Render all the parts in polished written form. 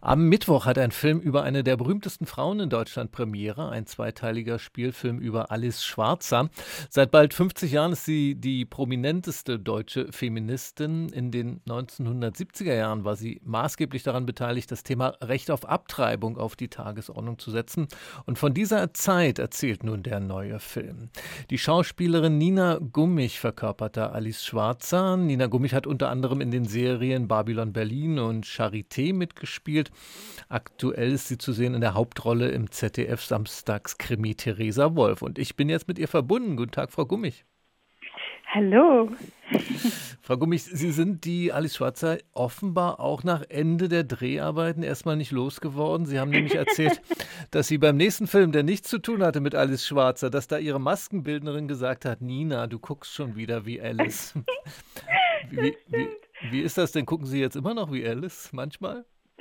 Am Mittwoch hat ein Film über eine der berühmtesten Frauen in Deutschland Premiere, ein zweiteiliger Spielfilm über Alice Schwarzer. Seit bald 50 Jahren ist sie die prominenteste deutsche Feministin. In den 1970er Jahren war sie maßgeblich daran beteiligt, das Thema Recht auf Abtreibung auf die Tagesordnung zu setzen. Und von dieser Zeit erzählt nun der neue Film. Die Schauspielerin Nina Gummich verkörpert da Alice Schwarzer. Nina Gummich hat unter anderem in den Serien Babylon Berlin und Charité mitgespielt. Aktuell ist sie zu sehen in der Hauptrolle im ZDF-Samstagskrimi Theresa Wolf. Und ich bin jetzt mit ihr verbunden. Guten Tag, Frau Gummich. Hallo. Frau Gummich, Sie sind die Alice Schwarzer offenbar auch nach Ende der Dreharbeiten erstmal nicht losgeworden. Sie haben nämlich erzählt, dass Sie beim nächsten Film, der nichts zu tun hatte mit Alice Schwarzer, dass da Ihre Maskenbildnerin gesagt hat, Nina, du guckst schon wieder wie Alice. Wie ist das denn? Gucken Sie jetzt immer noch wie Alice manchmal?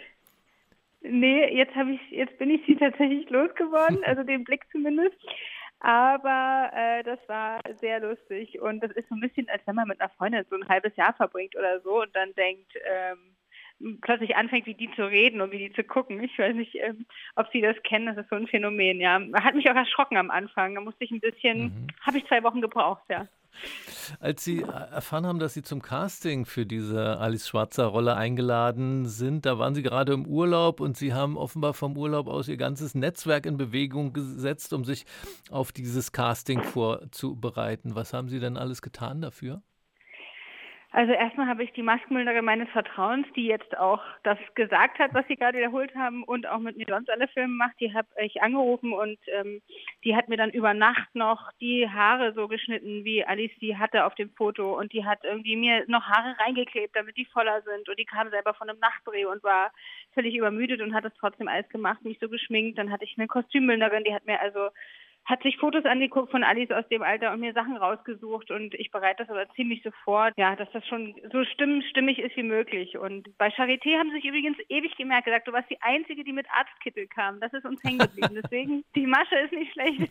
Nee, jetzt bin ich sie tatsächlich losgeworden, also den Blick zumindest. Aber das war sehr lustig und das ist so ein bisschen, als wenn man mit einer Freundin so ein halbes Jahr verbringt oder so und dann denkt, plötzlich anfängt, wie die zu reden und wie die zu gucken. Ich weiß nicht, ob Sie das kennen, das ist so ein Phänomen, ja. Hat mich auch erschrocken am Anfang, da musste ich habe ich 2 Wochen gebraucht, ja. Als Sie erfahren haben, dass Sie zum Casting für diese Alice Schwarzer Rolle eingeladen sind, da waren Sie gerade im Urlaub und Sie haben offenbar vom Urlaub aus Ihr ganzes Netzwerk in Bewegung gesetzt, um sich auf dieses Casting vorzubereiten. Was haben Sie denn alles getan dafür? Also erstmal habe ich die Maskenbildnerin meines Vertrauens, die jetzt auch das gesagt hat, was Sie gerade wiederholt haben und auch mit mir sonst alle Filme macht, die habe ich angerufen und die hat mir dann über Nacht noch die Haare so geschnitten, wie Alice die hatte auf dem Foto und die hat irgendwie mir noch Haare reingeklebt, damit die voller sind und die kam selber von einem Nachtdreh und war völlig übermüdet und hat das trotzdem alles gemacht, mich so geschminkt. Dann hatte ich eine Kostümbildnerin, hat sich Fotos angeguckt von Alice aus dem Alter und mir Sachen rausgesucht und ich bereite das aber ziemlich sofort, ja, dass das schon so stimmig ist wie möglich. Und bei Charité haben sie sich übrigens ewig gemerkt, gesagt, du warst die Einzige, die mit Arztkittel kam. Das ist uns hängen geblieben. Deswegen, die Masche ist nicht schlecht.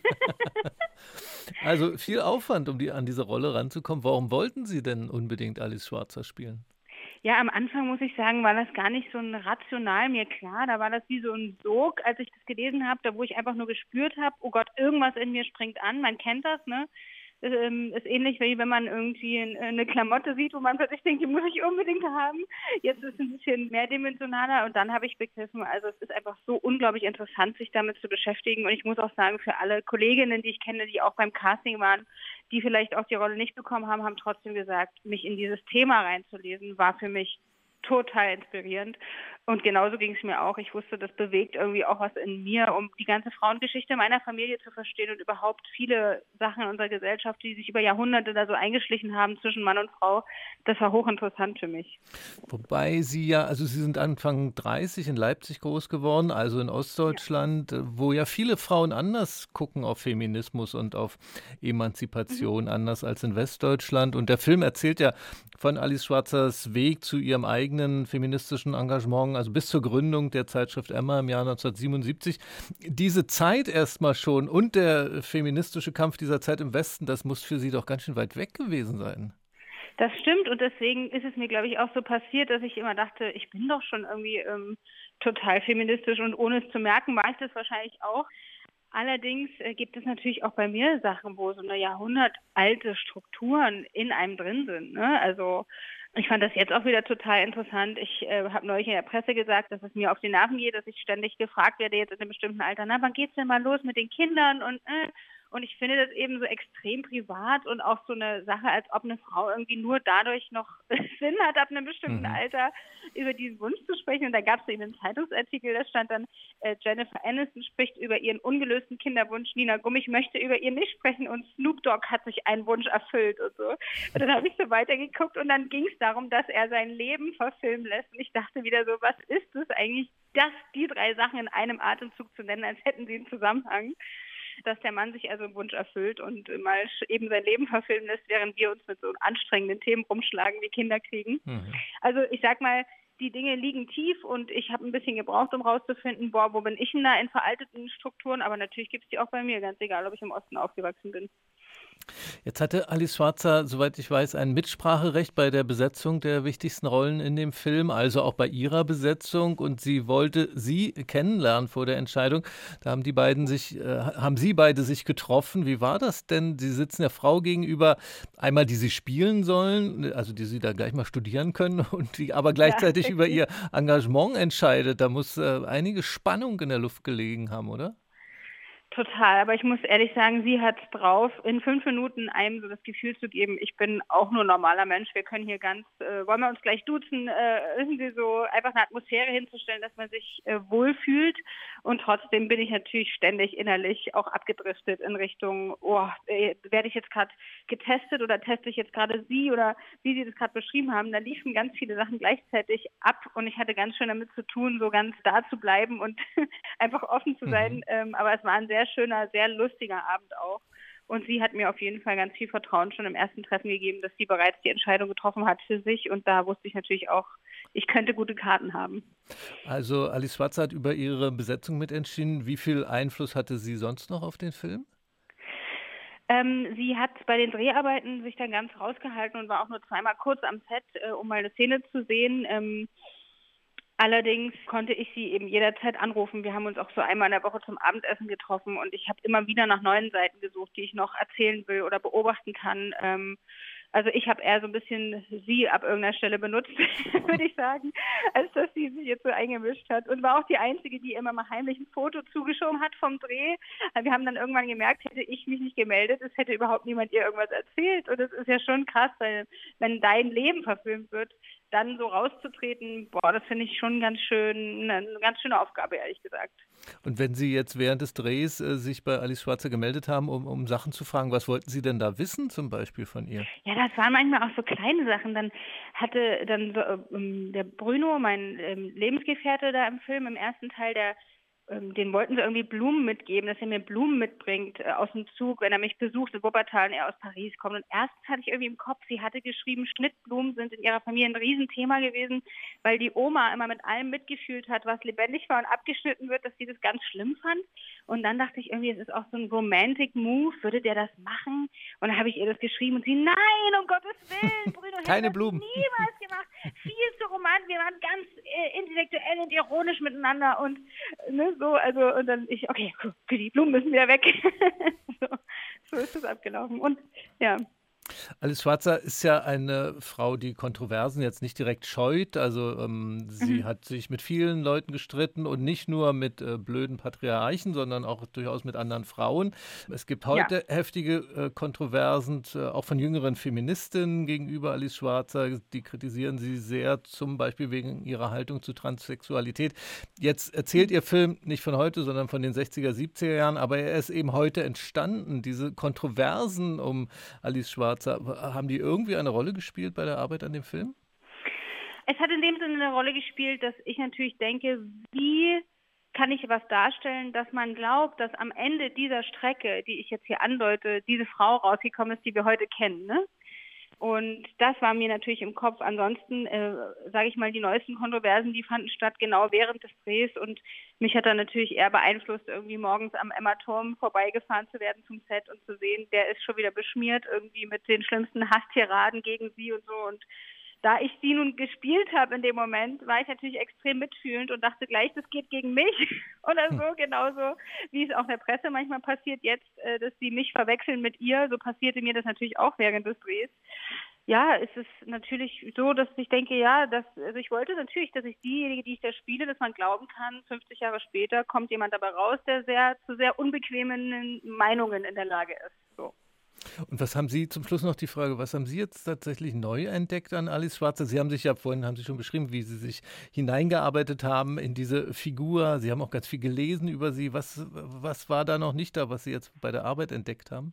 Also viel Aufwand, um an diese Rolle ranzukommen. Warum wollten Sie denn unbedingt Alice Schwarzer spielen? Ja, am Anfang muss ich sagen, war das gar nicht so ein rational mir klar. Da war das wie so ein Sog, als ich das gelesen habe, da wo ich einfach nur gespürt habe, oh Gott, irgendwas in mir springt an. Man kennt das, ne? Ist ähnlich, wie wenn man irgendwie eine Klamotte sieht, wo man plötzlich denkt, die muss ich unbedingt haben. Jetzt ist es ein bisschen mehrdimensionaler und dann habe ich begriffen, also es ist einfach so unglaublich interessant, sich damit zu beschäftigen. Und ich muss auch sagen, für alle Kolleginnen, die ich kenne, die auch beim Casting waren, die vielleicht auch die Rolle nicht bekommen haben, haben trotzdem gesagt, mich in dieses Thema reinzulesen, war für mich total inspirierend. Und genauso ging es mir auch. Ich wusste, das bewegt irgendwie auch was in mir, um die ganze Frauengeschichte meiner Familie zu verstehen und überhaupt viele Sachen in unserer Gesellschaft, die sich über Jahrhunderte da so eingeschlichen haben zwischen Mann und Frau. Das war hochinteressant für mich. Wobei Sie sind Anfang 30 in Leipzig groß geworden, also in Ja. Ostdeutschland, wo ja viele Frauen anders gucken auf Feminismus und auf Mhm. Emanzipation, anders als in Westdeutschland. Und der Film erzählt ja von Alice Schwarzers Weg zu ihrem eigenen feministischen Engagement, also bis zur Gründung der Zeitschrift Emma im Jahr 1977. Diese Zeit erstmal schon und der feministische Kampf dieser Zeit im Westen, das muss für Sie doch ganz schön weit weg gewesen sein. Das stimmt und deswegen ist es mir, glaube ich, auch so passiert, dass ich immer dachte, ich bin doch schon irgendwie total feministisch und ohne es zu merken, war ich das wahrscheinlich auch. Allerdings gibt es natürlich auch bei mir Sachen, wo so eine jahrhundertalte Strukturen in einem drin sind. Ne? Also ich fand das jetzt auch wieder total interessant. Ich habe neulich in der Presse gesagt, dass es mir auf die Nerven geht, dass ich ständig gefragt werde, jetzt in einem bestimmten Alter, na, wann geht's denn mal los mit den Kindern und ich finde das eben so extrem privat und auch so eine Sache, als ob eine Frau irgendwie nur dadurch noch Sinn hat, ab einem bestimmten Mhm. Alter über diesen Wunsch zu sprechen. Und da gab es eben einen Zeitungsartikel, da stand dann, Jennifer Aniston spricht über ihren ungelösten Kinderwunsch, Nina Gummich möchte über ihr nicht sprechen und Snoop Dogg hat sich einen Wunsch erfüllt und so. Und dann habe ich so weitergeguckt und dann ging es darum, dass er sein Leben verfilmen lässt. Und ich dachte wieder so, was ist das eigentlich, die 3 Sachen in einem Atemzug zu nennen, als hätten sie einen Zusammenhang, dass der Mann sich also einen Wunsch erfüllt und mal eben sein Leben verfilmen lässt, während wir uns mit so anstrengenden Themen rumschlagen wie Kinder kriegen. Mhm. Also ich sag mal, die Dinge liegen tief und ich habe ein bisschen gebraucht, um rauszufinden, boah, wo bin ich denn da in veralteten Strukturen? Aber natürlich gibt es die auch bei mir, ganz egal, ob ich im Osten aufgewachsen bin. Jetzt hatte Alice Schwarzer, soweit ich weiß, ein Mitspracherecht bei der Besetzung der wichtigsten Rollen in dem Film, also auch bei ihrer Besetzung. Und sie wollte Sie kennenlernen vor der Entscheidung. Da haben Sie beide sich getroffen. Wie war das denn? Sie sitzen der Frau gegenüber, einmal die Sie spielen sollen, also die Sie da gleich mal studieren können und die aber Ja, gleichzeitig über richtig. ihr Engagement entscheidet. Da muss einige Spannung in der Luft gelegen haben, oder? Total, aber ich muss ehrlich sagen, sie hat's drauf, in 5 Minuten einem so das Gefühl zu geben, ich bin auch nur 'n normaler Mensch. Wir können hier ganz wollen wir uns gleich duzen? Irgendwie so einfach eine Atmosphäre hinzustellen, dass man sich, wohlfühlt. Und trotzdem bin ich natürlich ständig innerlich auch abgedriftet in Richtung: „Oh, werde ich jetzt gerade getestet oder teste ich jetzt gerade sie?" Oder wie Sie das gerade beschrieben haben, da liefen ganz viele Sachen gleichzeitig ab und ich hatte ganz schön damit zu tun, so ganz da zu bleiben und einfach offen zu sein. Mhm. Aber es war ein sehr schöner, sehr lustiger Abend auch. Und sie hat mir auf jeden Fall ganz viel Vertrauen schon im ersten Treffen gegeben, dass sie bereits die Entscheidung getroffen hat für sich. Und da wusste ich natürlich auch, ich könnte gute Karten haben. Also Alice Schwarzer hat über ihre Besetzung mitentschieden. Wie viel Einfluss hatte sie sonst noch auf den Film? Sie hat bei den Dreharbeiten sich dann ganz rausgehalten und war auch nur zweimal kurz am Set, um mal eine Szene zu sehen. Allerdings konnte ich sie eben jederzeit anrufen. Wir haben uns auch so einmal in der Woche zum Abendessen getroffen und ich habe immer wieder nach neuen Seiten gesucht, die ich noch erzählen will oder beobachten kann. Also ich habe eher so ein bisschen sie ab irgendeiner Stelle benutzt, würde ich sagen, als dass sie sich jetzt so eingemischt hat und war auch die Einzige, die immer mal heimlich ein Foto zugeschoben hat vom Dreh. Wir haben dann irgendwann gemerkt, hätte ich mich nicht gemeldet, es hätte überhaupt niemand ihr irgendwas erzählt. Und das ist ja schon krass, weil wenn dein Leben verfilmt wird, dann so rauszutreten, boah, das finde ich schon ganz schön 'ne ganz schöne Aufgabe, ehrlich gesagt. Und wenn Sie jetzt während des Drehs sich bei Alice Schwarzer gemeldet haben, um Sachen zu fragen, was wollten Sie denn da wissen, zum Beispiel von ihr? Ja, das waren manchmal auch so kleine Sachen. Dann hatte dann so, der Bruno, mein, Lebensgefährte da im Film, im ersten Teil, dem wollten sie irgendwie Blumen mitgeben, dass er mir Blumen mitbringt, aus dem Zug, wenn er mich besucht in Wuppertal und er aus Paris kommt. Und erstens hatte ich irgendwie im Kopf, sie hatte geschrieben, Schnittblumen sind in ihrer Familie ein Riesenthema gewesen, weil die Oma immer mit allem mitgefühlt hat, was lebendig war und abgeschnitten wird, dass sie das ganz schlimm fand. Und dann dachte ich irgendwie, es ist auch so ein Romantic Move, würde der das machen? Und dann habe ich ihr das geschrieben und sie: „Nein, um Gottes Willen, Bruno hätte Keine das Blumen. niemals gemacht. Viel zu romantisch. Wir waren ganz, intellektuell und ironisch miteinander und, ne, so, also und dann ich: „Okay, für die Blumen müssen wieder weg." So so ist es abgelaufen und ja. Alice Schwarzer ist ja eine Frau, die Kontroversen jetzt nicht direkt scheut. Also sie Mhm. hat sich mit vielen Leuten gestritten und nicht nur mit blöden Patriarchen, sondern auch durchaus mit anderen Frauen. Es gibt Ja. heute heftige Kontroversen, auch von jüngeren Feministinnen gegenüber Alice Schwarzer. Die kritisieren sie sehr, zum Beispiel wegen ihrer Haltung zu Transsexualität. Jetzt erzählt Mhm. Ihr Film nicht von heute, sondern von den 60er, 70er Jahren, aber er ist eben heute entstanden. Diese Kontroversen um Alice Schwarzer, haben die irgendwie eine Rolle gespielt bei der Arbeit an dem Film? Es hat in dem Sinne eine Rolle gespielt, dass ich natürlich denke, wie kann ich was darstellen, dass man glaubt, dass am Ende dieser Strecke, die ich jetzt hier andeute, diese Frau rausgekommen ist, die wir heute kennen, ne? Und das war mir natürlich im Kopf. Ansonsten, sage ich mal, die neuesten Kontroversen, die fanden statt genau während des Drehs und mich hat dann natürlich eher beeinflusst, irgendwie morgens am Emma-Turm vorbeigefahren zu werden zum Set und zu sehen, der ist schon wieder beschmiert irgendwie mit den schlimmsten Hasstiraden gegen sie und so. Und da ich sie nun gespielt habe in dem Moment, war ich natürlich extrem mitfühlend und dachte gleich, das geht gegen mich oder Hm. so, genauso wie es auch der Presse manchmal passiert jetzt, dass sie mich verwechseln mit ihr. So passierte mir das natürlich auch während des Drehs. Ja, es ist natürlich so, dass ich denke, ja, also ich wollte natürlich, dass ich diejenige, die ich da spiele, dass man glauben kann, 50 Jahre später kommt jemand dabei raus, der zu sehr unbequemen Meinungen in der Lage ist. So. Und was haben Sie zum Schluss noch die Frage, was haben Sie jetzt tatsächlich neu entdeckt an Alice Schwarzer? Sie haben sich ja vorhin, haben Sie schon beschrieben, wie Sie sich hineingearbeitet haben in diese Figur. Sie haben auch ganz viel gelesen über sie. Was war da noch nicht da, was Sie jetzt bei der Arbeit entdeckt haben?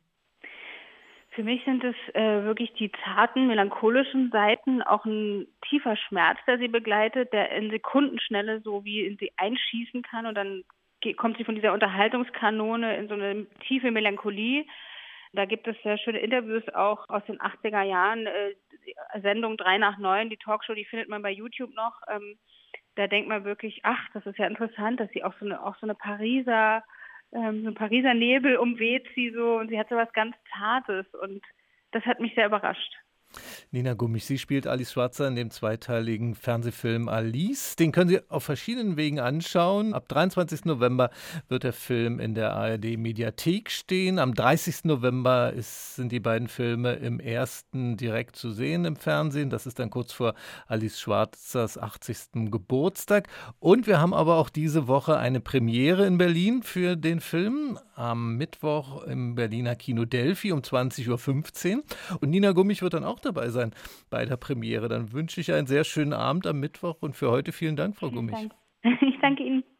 Für mich sind es wirklich die zarten, melancholischen Seiten, auch ein tiefer Schmerz, der sie begleitet, der in Sekundenschnelle so wie in sie einschießen kann und dann kommt sie von dieser Unterhaltungskanone in so eine tiefe Melancholie. Da gibt es sehr schöne Interviews auch aus den 80er Jahren, die Sendung 3 nach 9, die Talkshow, die findet man bei YouTube noch. Da denkt man wirklich: „Ach, das ist ja interessant, dass sie auch so eine Pariser so ein Pariser Nebel umweht sie so und sie hat so was ganz Zartes und das hat mich sehr überrascht. Nina Gummich, sie spielt Alice Schwarzer in dem zweiteiligen Fernsehfilm Alice. Den können Sie auf verschiedenen Wegen anschauen. Ab 23. November wird der Film in der ARD-Mediathek stehen. Am 30. November sind die beiden Filme im ersten direkt zu sehen im Fernsehen. Das ist dann kurz vor Alice Schwarzers 80. Geburtstag. Und wir haben aber auch diese Woche eine Premiere in Berlin für den Film. Am Mittwoch im Berliner Kino Delphi um 20:15 Uhr. Und Nina Gummich wird dann auch dabei sein bei der Premiere. Dann wünsche ich einen sehr schönen Abend am Mittwoch und für heute vielen Dank, Frau Gummich. Dank. Ich danke Ihnen.